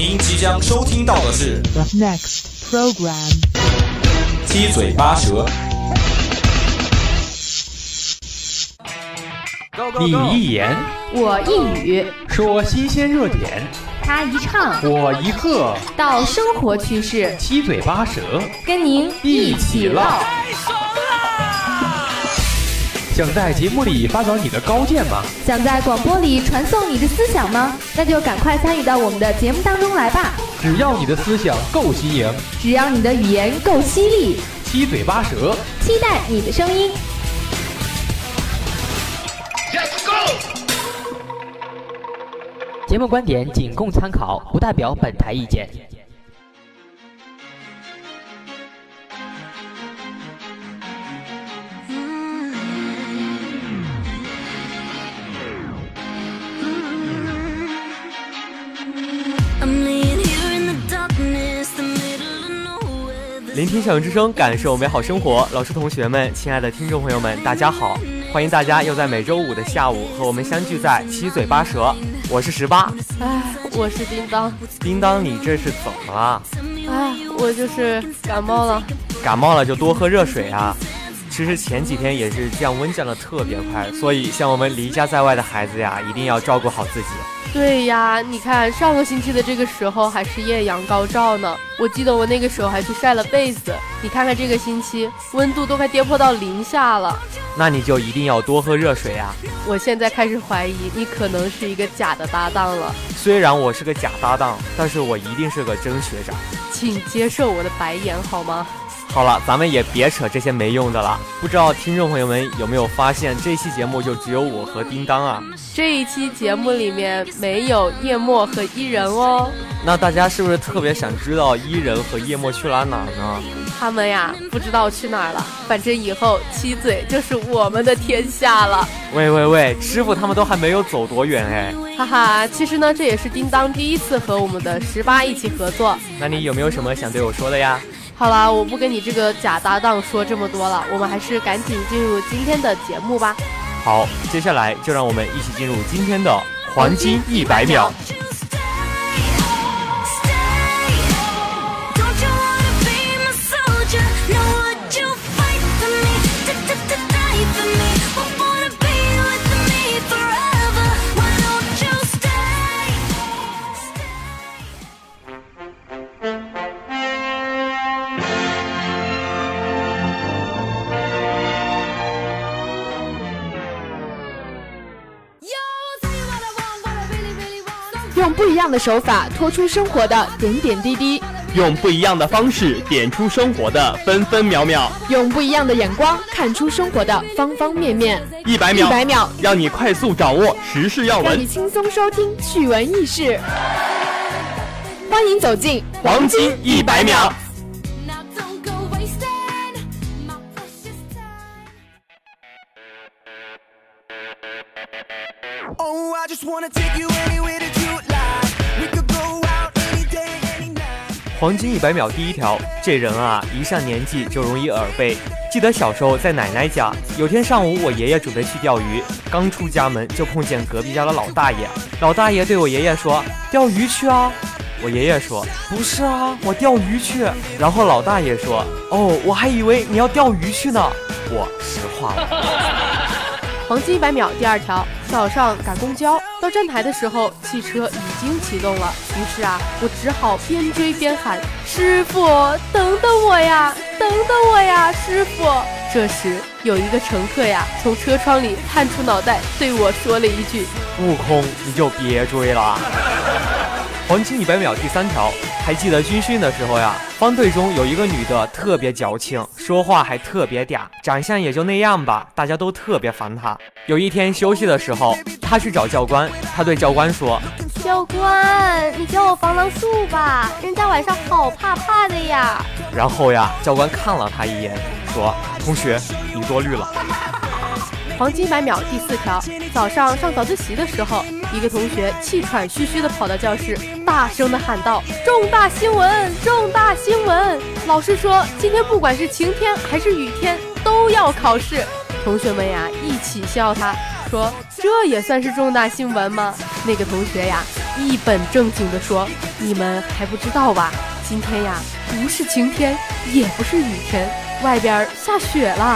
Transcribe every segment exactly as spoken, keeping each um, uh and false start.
您即将收听到的是 The next program。 七嘴八舌。 你一言， 我一语， 说新鲜热点， 他一唱， 我一和， 到生活趋势， 七嘴八舌， 跟您一起唠。 想在节目里发表你的高见吗？ 想在广播里传送你的思想吗？那就赶快参与到我们的节目当中来吧！ 只要你的思想够新颖， 只要你的语言够犀利， 七嘴八舌， 期待你的声音。 节目观点仅供参考，不代表本台意见。 聆听校园之声，感受美好生活。老师、同学们，亲爱的听众朋友们，大家好！欢迎大家又在每周五的下午和我们相聚在七嘴八舌。我是十八， 哎，我是叮当。 叮当，你这是怎么了？ 哎，我就是感冒了。 感冒了就多喝热水啊！其实前几天也是降温降得特别快，所以像我们离家在外的孩子呀，一定要照顾好自己。 对呀，你看上个星期的这个时候还是艳阳高照呢，我记得我那个时候还去晒了被子。你看看这个星期温度都快跌破到零下了， 那你就一定要多喝热水啊！ 我现在开始怀疑你可能是一个假的搭档了。 虽然我是个假搭档，但是我一定是个真学长， 请接受我的白眼好吗？ 好了，咱们也别扯这些没用的了。不知道听众朋友们有没有发现，这期节目就只有我和叮当啊。 这一期节目里面没有叶墨和伊人哦。 那大家是不是特别想知道伊人和叶墨去了哪儿呢？ 他们呀，不知道去哪儿了。反正以后七嘴就是我们的天下了。 喂喂喂，师傅他们都还没有走多远哎。 哈哈，其实呢，这也是叮当第一次和我们的十八一起合作。 那你有没有什么想对我说的呀？ 好啦，我不跟你这个假搭档说这么多了，我们还是赶紧进入今天的节目吧。 好，接下来就让我们一起进入今天的黄金一百秒。 用不一样的手法拖出生活的点点滴滴， 用不一样的方式点出生活的分分秒秒， 用不一样的眼光看出生活的方方面面。 一百秒， 一百秒， 让你快速掌握时事要闻， 让你轻松收听趣闻轶事。欢迎走进黄金一百秒。 Oh, I just wanna take you anywhere that you like. We could go out any day, any night. 黄金一百秒第一条，这人啊，一上年纪就容易耳背。记得小时候在奶奶家，有天上午我爷爷准备去钓鱼，刚出家门就碰见隔壁家的老大爷。老大爷对我爷爷说：“钓鱼去啊。”我爷爷说：“不是啊，我钓鱼去。”然后老大爷说：“哦，我还以为你要钓鱼去呢。”我实话了。 黄金一百秒第二条，早上赶公交到站台的时候，汽车已经启动了，于是啊，我只好边追边喊：“师傅，等等我呀，等等我呀，师傅！”这时有一个乘客呀，从车窗里探出脑袋对我说了一句：“ 悟空，你就别追了。”黄金一百秒第三条，还记得军训的时候呀，方队中有一个女的特别矫情，说话还特别嗲，长相也就那样吧，大家都特别烦她。有一天休息的时候，她去找教官，她对教官说：“ 教官，你教我防狼术吧，人家晚上好怕怕的呀。” 然后呀，教官看了她一眼，说：“同学，你多虑了。” 黄金一百秒第四条，早上上早自习的时候，一个同学气喘吁吁地跑到教室，大声地喊道：“重大新闻，重大新闻！老师说今天不管是晴天还是雨天都要考试。”同学们呀一起笑他，说：“这也算是重大新闻吗？”那个同学呀一本正经地说：“你们还不知道吧？今天呀，不是晴天，也不是雨天，外边下雪了。”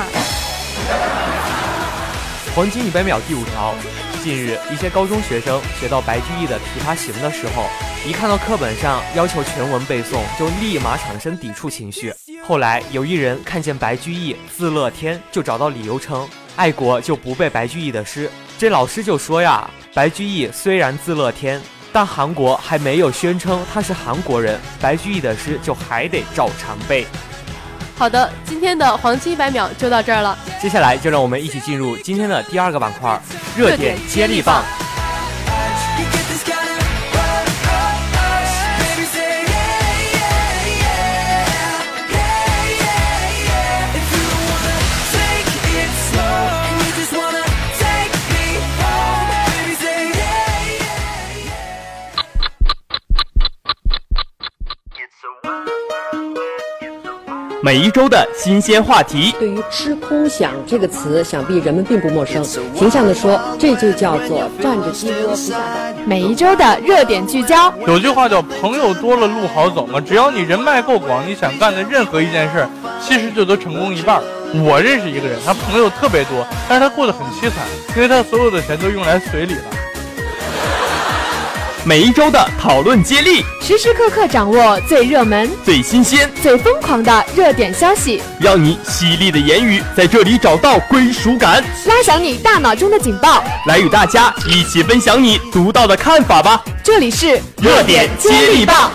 黄金一百秒第五条，近日一些高中学生学到白居易的《琵琶行》的时候，一看到课本上要求全文背诵，就立马产生抵触情绪。后来有一人看见白居易自乐天，就找到理由称爱国就不背白居易的诗。这老师就说呀，白居易虽然自乐天，但韩国还没有宣称他是韩国人，白居易的诗就还得照常背。 好的，今天的黄金一百秒就到这儿了。 接下来就让我们一起进入今天的第二个板块——热点接力棒。 每一周的新鲜话题。 对于吃空饷这个词，想必人们并不陌生。形象地说，这就叫做站着鸡窝不下蛋。 每一周的热点聚焦。 有句话叫朋友多了路好走嘛，只要你人脉够广，你想干的任何一件事其实就都成功一半。我认识一个人，他朋友特别多，但是他过得很凄惨，因为他所有的钱都用来随礼了。 每一周的讨论接力， 时时刻刻掌握最热门、 最新鲜、 最疯狂的热点消息， 让你犀利的言语在这里找到归属感， 拉响你大脑中的警报， 来与大家一起分享你独到的看法吧。 这里是热点接力棒。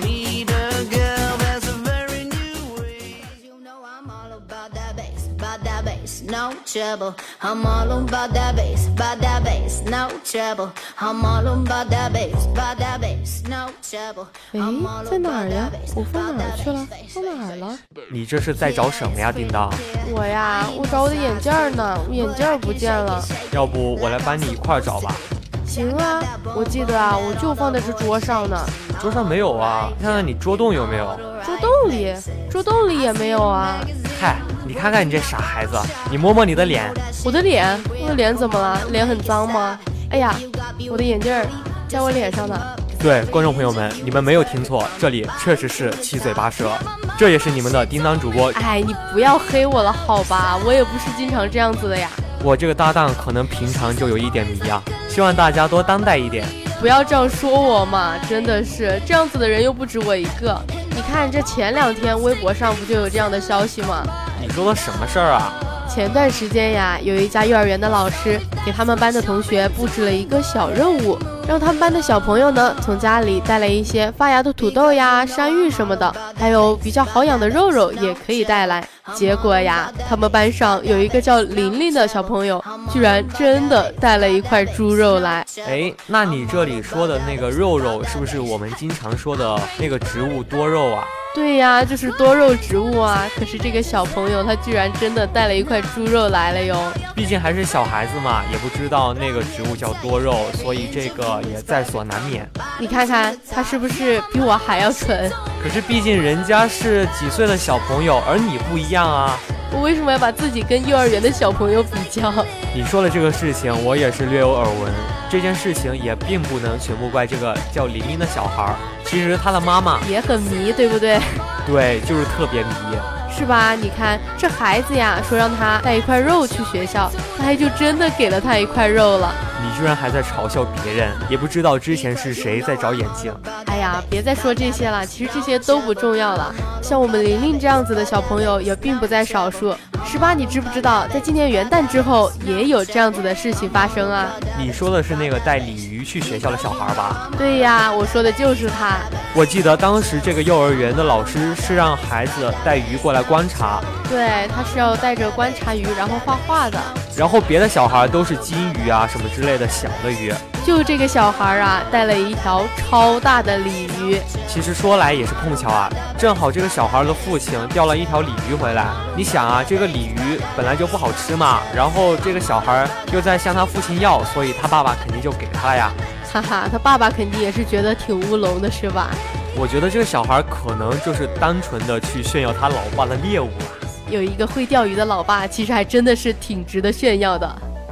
No trouble, I'm all about that bass, about that bass, no trouble, I'm all about that bass, about that bass, no trouble. 哎，在哪儿呀？我放哪儿去了？放哪儿了？ 你这是在找什么呀，叮当？ 我呀，我找我的眼镜呢，我眼镜不见了。 要不我来帮你一块儿找吧。 行啊，我记得啊，我就放在这桌上呢。 桌上没有啊？看看你桌洞有没有？ 桌洞里，桌洞里也没有啊。 嗨，你看看你这傻孩子，你摸摸你的脸。 我的脸？我的脸怎么了？脸很脏吗？哎呀，我的眼镜在我脸上呢。 对，观众朋友们，你们没有听错，这里确实是七嘴八舌，这也是你们的叮当主播。 哎，你不要黑我了好吧，我也不是经常这样子的呀。 我这个搭档可能平常就有一点迷啊，希望大家多担待一点。 不要这样说我嘛，真的是这样子的人又不止我一个。你看这前两天微博上不就有这样的消息吗？ 你说的什么事儿啊？ 前段时间呀，有一家幼儿园的老师给他们班的同学布置了一个小任务，让他们班的小朋友呢从家里带来一些发芽的土豆呀、山芋什么的，还有比较好养的肉肉也可以带来。结果呀，他们班上有一个叫玲玲的小朋友，居然真的带了一块猪肉来。 哎，那你这里说的那个肉肉，是不是我们经常说的那个植物多肉啊？ 对呀，就是多肉植物啊。可是这个小朋友他居然真的带了一块猪肉来了哟。 毕竟还是小孩子嘛，也不知道那个植物叫多肉，所以这个也在所难免。 你看看他是不是比我还要蠢？ 可是毕竟人家是几岁的小朋友，而你不一样啊。 我为什么要把自己跟幼儿园的小朋友比较？ 你说的这个事情我也是略有耳闻，这件事情也并不能全部怪这个叫玲玲的小孩，其实他的妈妈也很迷，对不对？ 对，就是特别迷， 是吧？你看这孩子呀，说让他带一块肉去学校，他还就真的给了他一块肉了。 你居然还在嘲笑别人，也不知道之前是谁在找眼镜。 哎呀，别再说这些了，其实这些都不重要了。像我们玲玲这样子的小朋友也并不在少数。十八，你知不知道，在今年元旦之后也有这样子的事情发生啊？ 你说的是那个带鲤鱼去学校的小孩吧？ 对呀，我说的就是他。 我记得当时这个幼儿园的老师是让孩子带鱼过来观察。 对，他是要带着观察鱼然后画画的。 然后别的小孩都是金鱼啊什么之类的小的鱼， 就这个小孩啊带了一条超大的鲤鱼。 其实说来也是碰巧啊，正好这个小孩的父亲钓了一条鲤鱼回来。你想啊，这个鲤鱼本来就不好吃嘛，然后这个小孩又在向他父亲要，所以他爸爸肯定就给他呀。 哈哈，他爸爸肯定也是觉得挺乌龙的是吧？ 我觉得这个小孩可能就是单纯的去炫耀他老爸的猎物了。 有一个会钓鱼的老爸，其实还真的是挺值得炫耀的。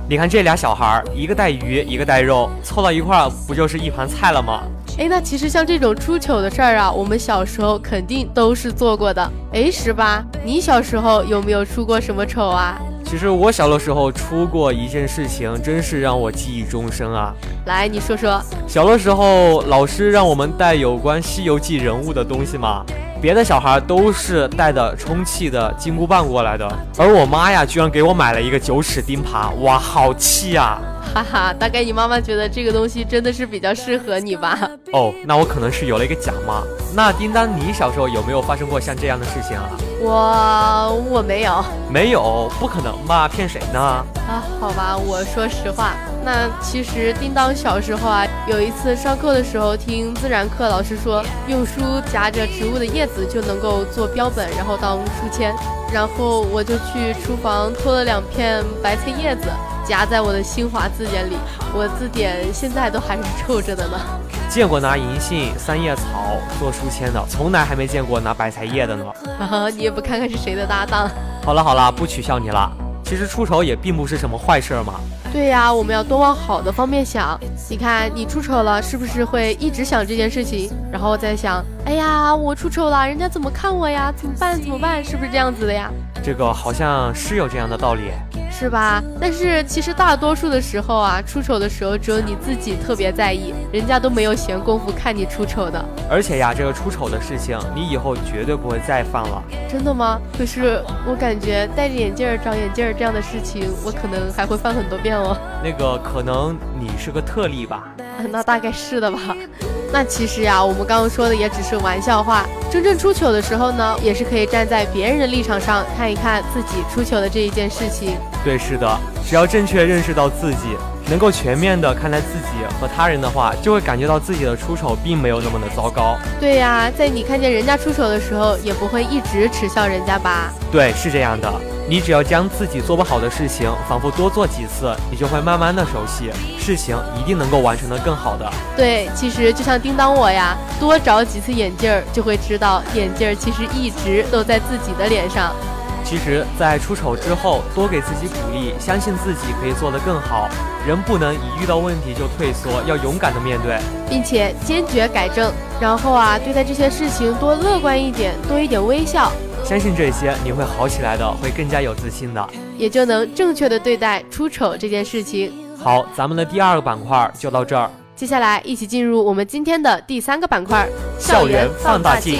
你看这俩小孩，一个带鱼，一个带肉，凑到一块儿，不就是一盘菜了吗？ 哎，那其实像这种出糗的事儿啊，我们小时候肯定都是做过的。哎，十八，你小时候有没有出过什么丑啊？ 其实我小的时候出过一件事情，真是让我记忆终生啊！ 来，你说说。 小的时候，老师让我们带有关《西游记》人物的东西嘛，别的小孩都是带的充气的金箍棒过来的，而我妈呀，居然给我买了一个九齿钉耙，哇，好气呀！ 哈哈，大概你妈妈觉得这个东西真的是比较适合你吧？ 哦，那我可能是有了一个奖嘛。那叮当，你小时候有没有发生过像这样的事情啊？ 我我没有， 没有，不可能吧？骗谁呢？ 啊，好吧，我说实话。那其实叮当小时候啊，有一次上课的时候听自然课老师说，用书夹着植物的叶子就能够做标本，然后当书签。然后我就去厨房偷了两片白菜叶子，夹在我的新华字典里，我字典现在都还是臭着的呢。 见过拿银杏、三叶草做书签的，从来还没见过拿白菜叶的呢。 啊，你也不看看是谁的搭档。 好了好了，不取笑你了。其实出丑也并不是什么坏事嘛。 对呀，我们要多往好的方面想。你看，你出丑了，是不是会一直想这件事情，然后再想，哎呀，我出丑了，人家怎么看我呀？怎么办？怎么办？是不是这样子的呀？ 这个好像是有这样的道理， 是吧？但是其实大多数的时候啊，出丑的时候只有你自己特别在意，人家都没有闲工夫看你出丑的。 而且呀，这个出丑的事情，你以后绝对不会再犯了。 真的吗？可是我感觉戴着眼镜儿、长眼镜儿这样的事情，我可能还会犯很多遍哦。 那个可能你是个特例吧？ 那大概是的吧。那其实呀，我们刚刚说的也只是玩笑话。真正出糗的时候呢，也是可以站在别人的立场上看一看自己出糗的这一件事情。 对，是的，只要正确认识到自己，能够全面的看待自己和他人的话，就会感觉到自己的出丑并没有那么的糟糕。 对呀，在你看见人家出丑的时候，也不会一直耻笑人家吧？ 对，是这样的。你只要将自己做不好的事情反复多做几次，你就会慢慢的熟悉，事情一定能够完成得更好的。 对，其实就像叮当我呀，多找几次眼镜儿，就会知道眼镜儿其实一直都在自己的脸上。 其实在出丑之后，多给自己鼓励，相信自己可以做得更好。人不能一遇到问题就退缩，要勇敢的面对， 并且坚决改正。然后啊，对待这些事情多乐观一点，多一点微笑。 相信这些你会好起来的，会更加有自信的， 也就能正确的对待出丑这件事情。 好，咱们的第二个板块就到这儿， 接下来一起进入我们今天的第三个板块—— 校园放大镜。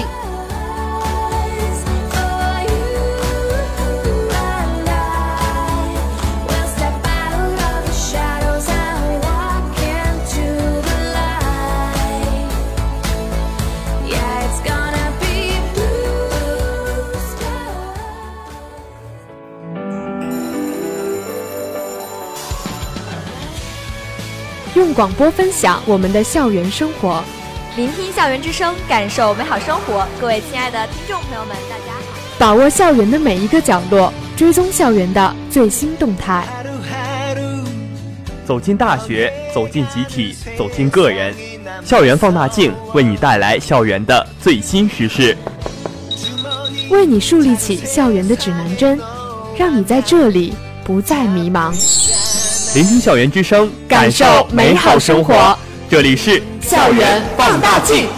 用广播分享我们的校园生活， 聆听校园之声，感受美好生活。各位亲爱的听众朋友们，大家好！ 把握校园的每一个角落，追踪校园的最新动态。 走进大学，走进集体，走进个人，校园放大镜为你带来校园的最新时事， 为你树立起校园的指南针，让你在这里不再迷茫。 聆听校园之声， 感受美好生活。 这里是校园放大镜。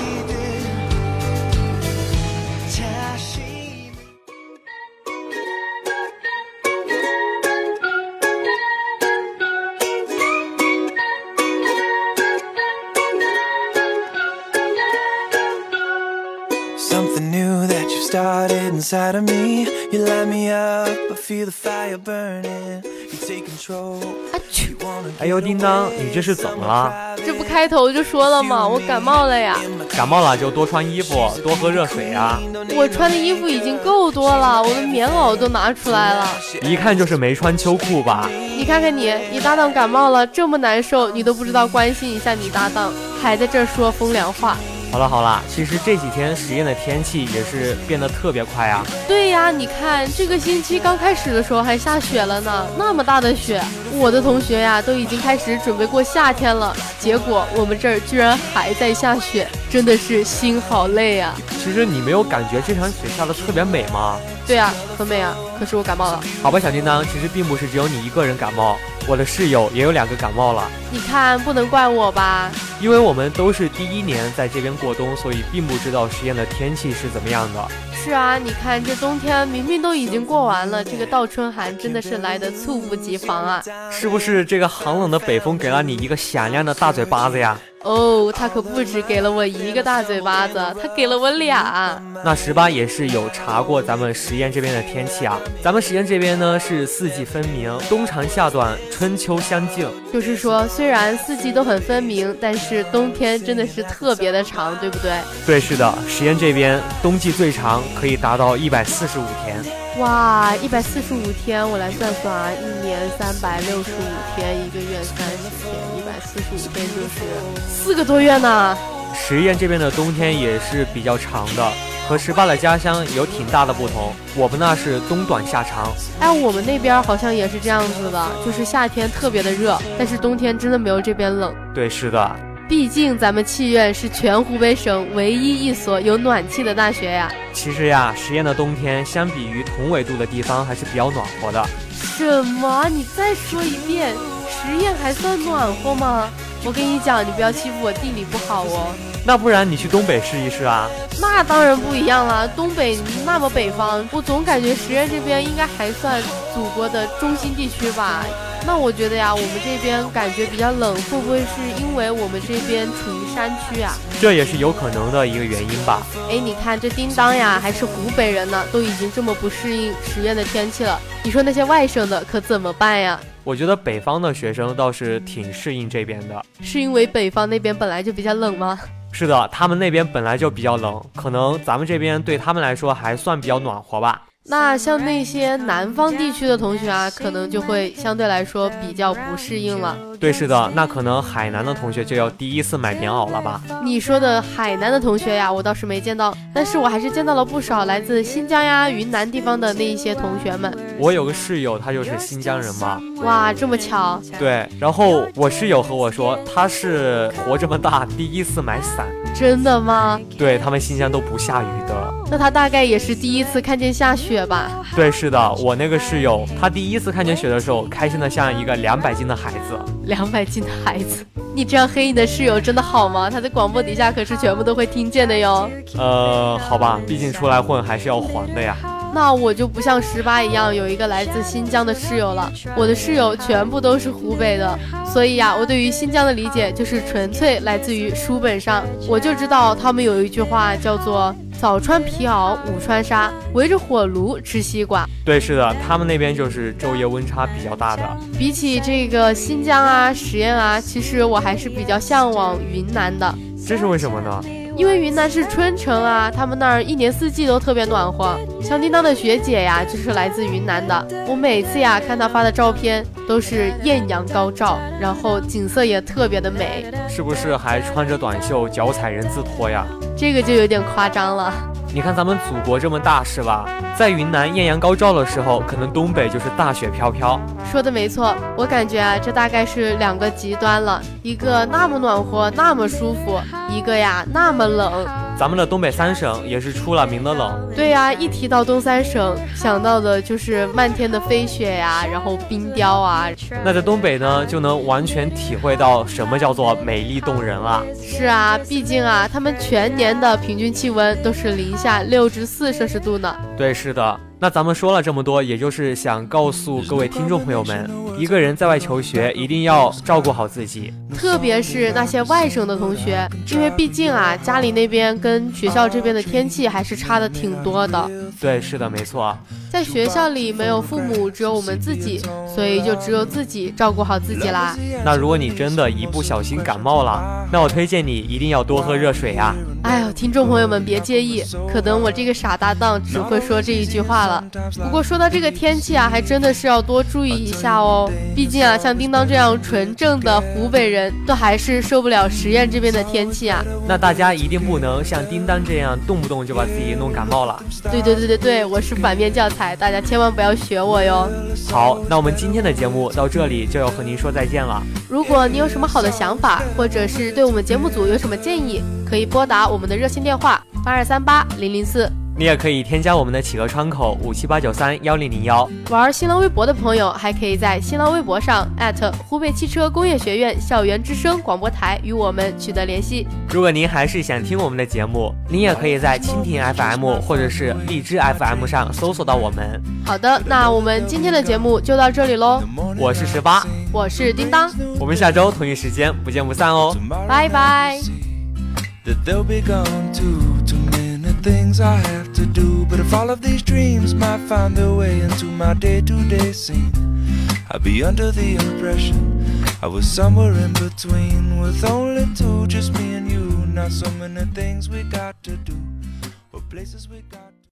Something new that you started inside of me. You light me up, I feel the fire burning. You take control. 哎呦，叮当，你这是怎么了？ 这不开头就说了吗？我感冒了呀。 感冒了就多穿衣服，多喝热水啊。 我穿的衣服已经够多了，我的棉袄都拿出来了。 一看就是没穿秋裤吧？ 你看看你，你搭档感冒了这么难受，你都不知道关心一下你搭档，还在这说风凉话。 好了好了，其实这几天实验的天气也是变得特别快啊。 对呀，你看这个星期刚开始的时候还下雪了呢，那么大的雪，我的同学呀都已经开始准备过夏天了，结果我们这儿居然还在下雪。 真的是心好累啊。 其实你没有感觉这场雪下的特别美吗？ 对啊，很美啊，可是我感冒了。 好吧，小叮当，其实并不是只有你一个人感冒，我的室友也有两个感冒了。 你看，不能怪我吧？ 因为我们都是第一年在这边过冬，所以并不知道实验的天气是怎么样的。 是啊，你看这冬天明明都已经过完了，这个倒春寒真的是来得猝不及防啊！ 是不是这个寒冷的北风给了你一个响亮的大嘴巴子呀？ 哦，他可不止给了我一个大嘴巴子，他给了我俩。 那十八也是有查过咱们实验这边的天气啊。咱们实验这边呢是四季分明，冬长夏短，春秋相近。 就是说，虽然四季都很分明，但是冬天真的是特别的长，对不对？ 对，是的，实验这边冬季最长可以达到一百四十五天。 哇，一百四十五天，我来算算啊，一年三百六十五天，一个月三十天，一百四十五天就是四个多月呢。 实验这边的冬天也是比较长的，和十八的家乡有挺大的不同。我们那是冬短夏长。 哎，我们那边好像也是这样子的，就是夏天特别的热，但是冬天真的没有这边冷。 对，是的。 毕竟咱们气院是全湖北省唯一一所有暖气的大学呀。 其实呀，实验的冬天相比于同纬度的地方还是比较暖和的。 什么？你再说一遍，实验还算暖和吗？我跟你讲，你不要欺负我地理不好哦。 那不然你去东北试一试啊？ 那当然不一样了，东北那么北方，我总感觉实验这边应该还算祖国的中心地区吧。那我觉得呀，我们这边感觉比较冷，会不会是因为我们这边处于山区啊？ 这也是有可能的一个原因吧。 哎，你看这叮当呀，还是湖北人呢，都已经这么不适应实验的天气了，你说那些外省的可怎么办呀？ 我觉得北方的学生倒是挺适应这边的。 是因为北方那边本来就比较冷吗？ 是的，他们那边本来就比较冷，可能咱们这边对他们来说还算比较暖和吧。 那像那些南方地区的同学啊，可能就会相对来说比较不适应了。 对，是的，那可能海南的同学就要第一次买棉袄了吧？ 你说的海南的同学呀，我倒是没见到，但是我还是见到了不少来自新疆呀、云南地方的那一些同学们。 我有个室友，他就是新疆人嘛。 哇，这么巧？ 对，然后我室友和我说，他是活这么大第一次买伞。 真的吗？ 对，他们新疆都不下雨的。 那他大概也是第一次看见下雪吧？ 对，是的，我那个室友，他第一次看见雪的时候，开心的像一个两百斤的孩子。 两百斤的孩子，你这样黑你的室友真的好吗？他在广播底下可是全部都会听见的哟。 呃，好吧，毕竟出来混还是要还的呀。 那我就不像十八一样有一个来自新疆的室友了，我的室友全部都是湖北的，所以呀，我对于新疆的理解就是纯粹来自于书本上。我就知道他们有一句话叫做早穿皮袄，午穿纱，围着火炉吃西瓜。 对，是的，他们那边就是昼夜温差比较大的。 比起这个新疆啊、实验啊，其实我还是比较向往云南的。 这是为什么呢？ 因为云南是春城啊，他们那儿一年四季都特别暖和。像叮当的学姐呀，就是来自云南的。我每次呀看她发的照片，都是艳阳高照，然后景色也特别的美。 是不是还穿着短袖，脚踩人字拖呀？ 这个就有点夸张了。 你看咱们祖国这么大是吧？在云南艳阳高照的时候，可能东北就是大雪飘飘。 说的没错，我感觉啊，这大概是两个极端了，一个那么暖和，那么舒服，一个呀那么冷。 咱们的东北三省也是出了名的冷。 对呀，一提到东三省，想到的就是漫天的飞雪呀，然后冰雕啊。 那在东北呢，就能完全体会到什么叫做美丽动人了。 是啊，毕竟啊，他们全年的平均气温都是零下六至四摄氏度呢。 对，是的。那咱们说了这么多，也就是想告诉各位听众朋友们，一个人在外求学一定要照顾好自己， 特别是那些外省的同学，因为毕竟啊，家里那边跟学校这边的天气还是差的挺多的。 对，是的，没错。 在学校里没有父母，只有我们自己，所以就只有自己照顾好自己啦。 那如果你真的一不小心感冒了，那我推荐你一定要多喝热水啊。 哎呦，听众朋友们别介意，可能我这个傻搭档只会说这一句话了。不过说到这个天气啊，还真的是要多注意一下哦。毕竟啊，像叮当这样纯正的湖北人，都还是受不了实验这边的天气啊。 那大家一定不能像叮当这样动不动就把自己弄感冒了。 对对对对对，我是反面教材，大家千万不要学我哟。 好，那我们今天的节目到这里就要和您说再见了。 如果你有什么好的想法，或者是对我们节目组有什么建议，可以拨打我们的热线电话八二三八零零四。 你也可以添加我们的企鹅窗口五七八九三幺零零幺。 玩新浪微博的朋友，还可以在新浪微博上艾特湖北汽车工业学院校园之声广播台与我们取得联系。 如果您还是想听我们的节目，您也可以在蜻蜓 F M 或者是荔枝 F M 上搜索到我们。 好的，那我们今天的节目就到这里喽。 我是十八， 我是叮当， 我们下周同一时间不见不散哦， 拜拜。 Things I have to do, but if all of these dreams might find their way into my day-to-day scene, I'd be under the impression I was somewhere in between, with only two, just me and you. Not so many things we got to do, or places we got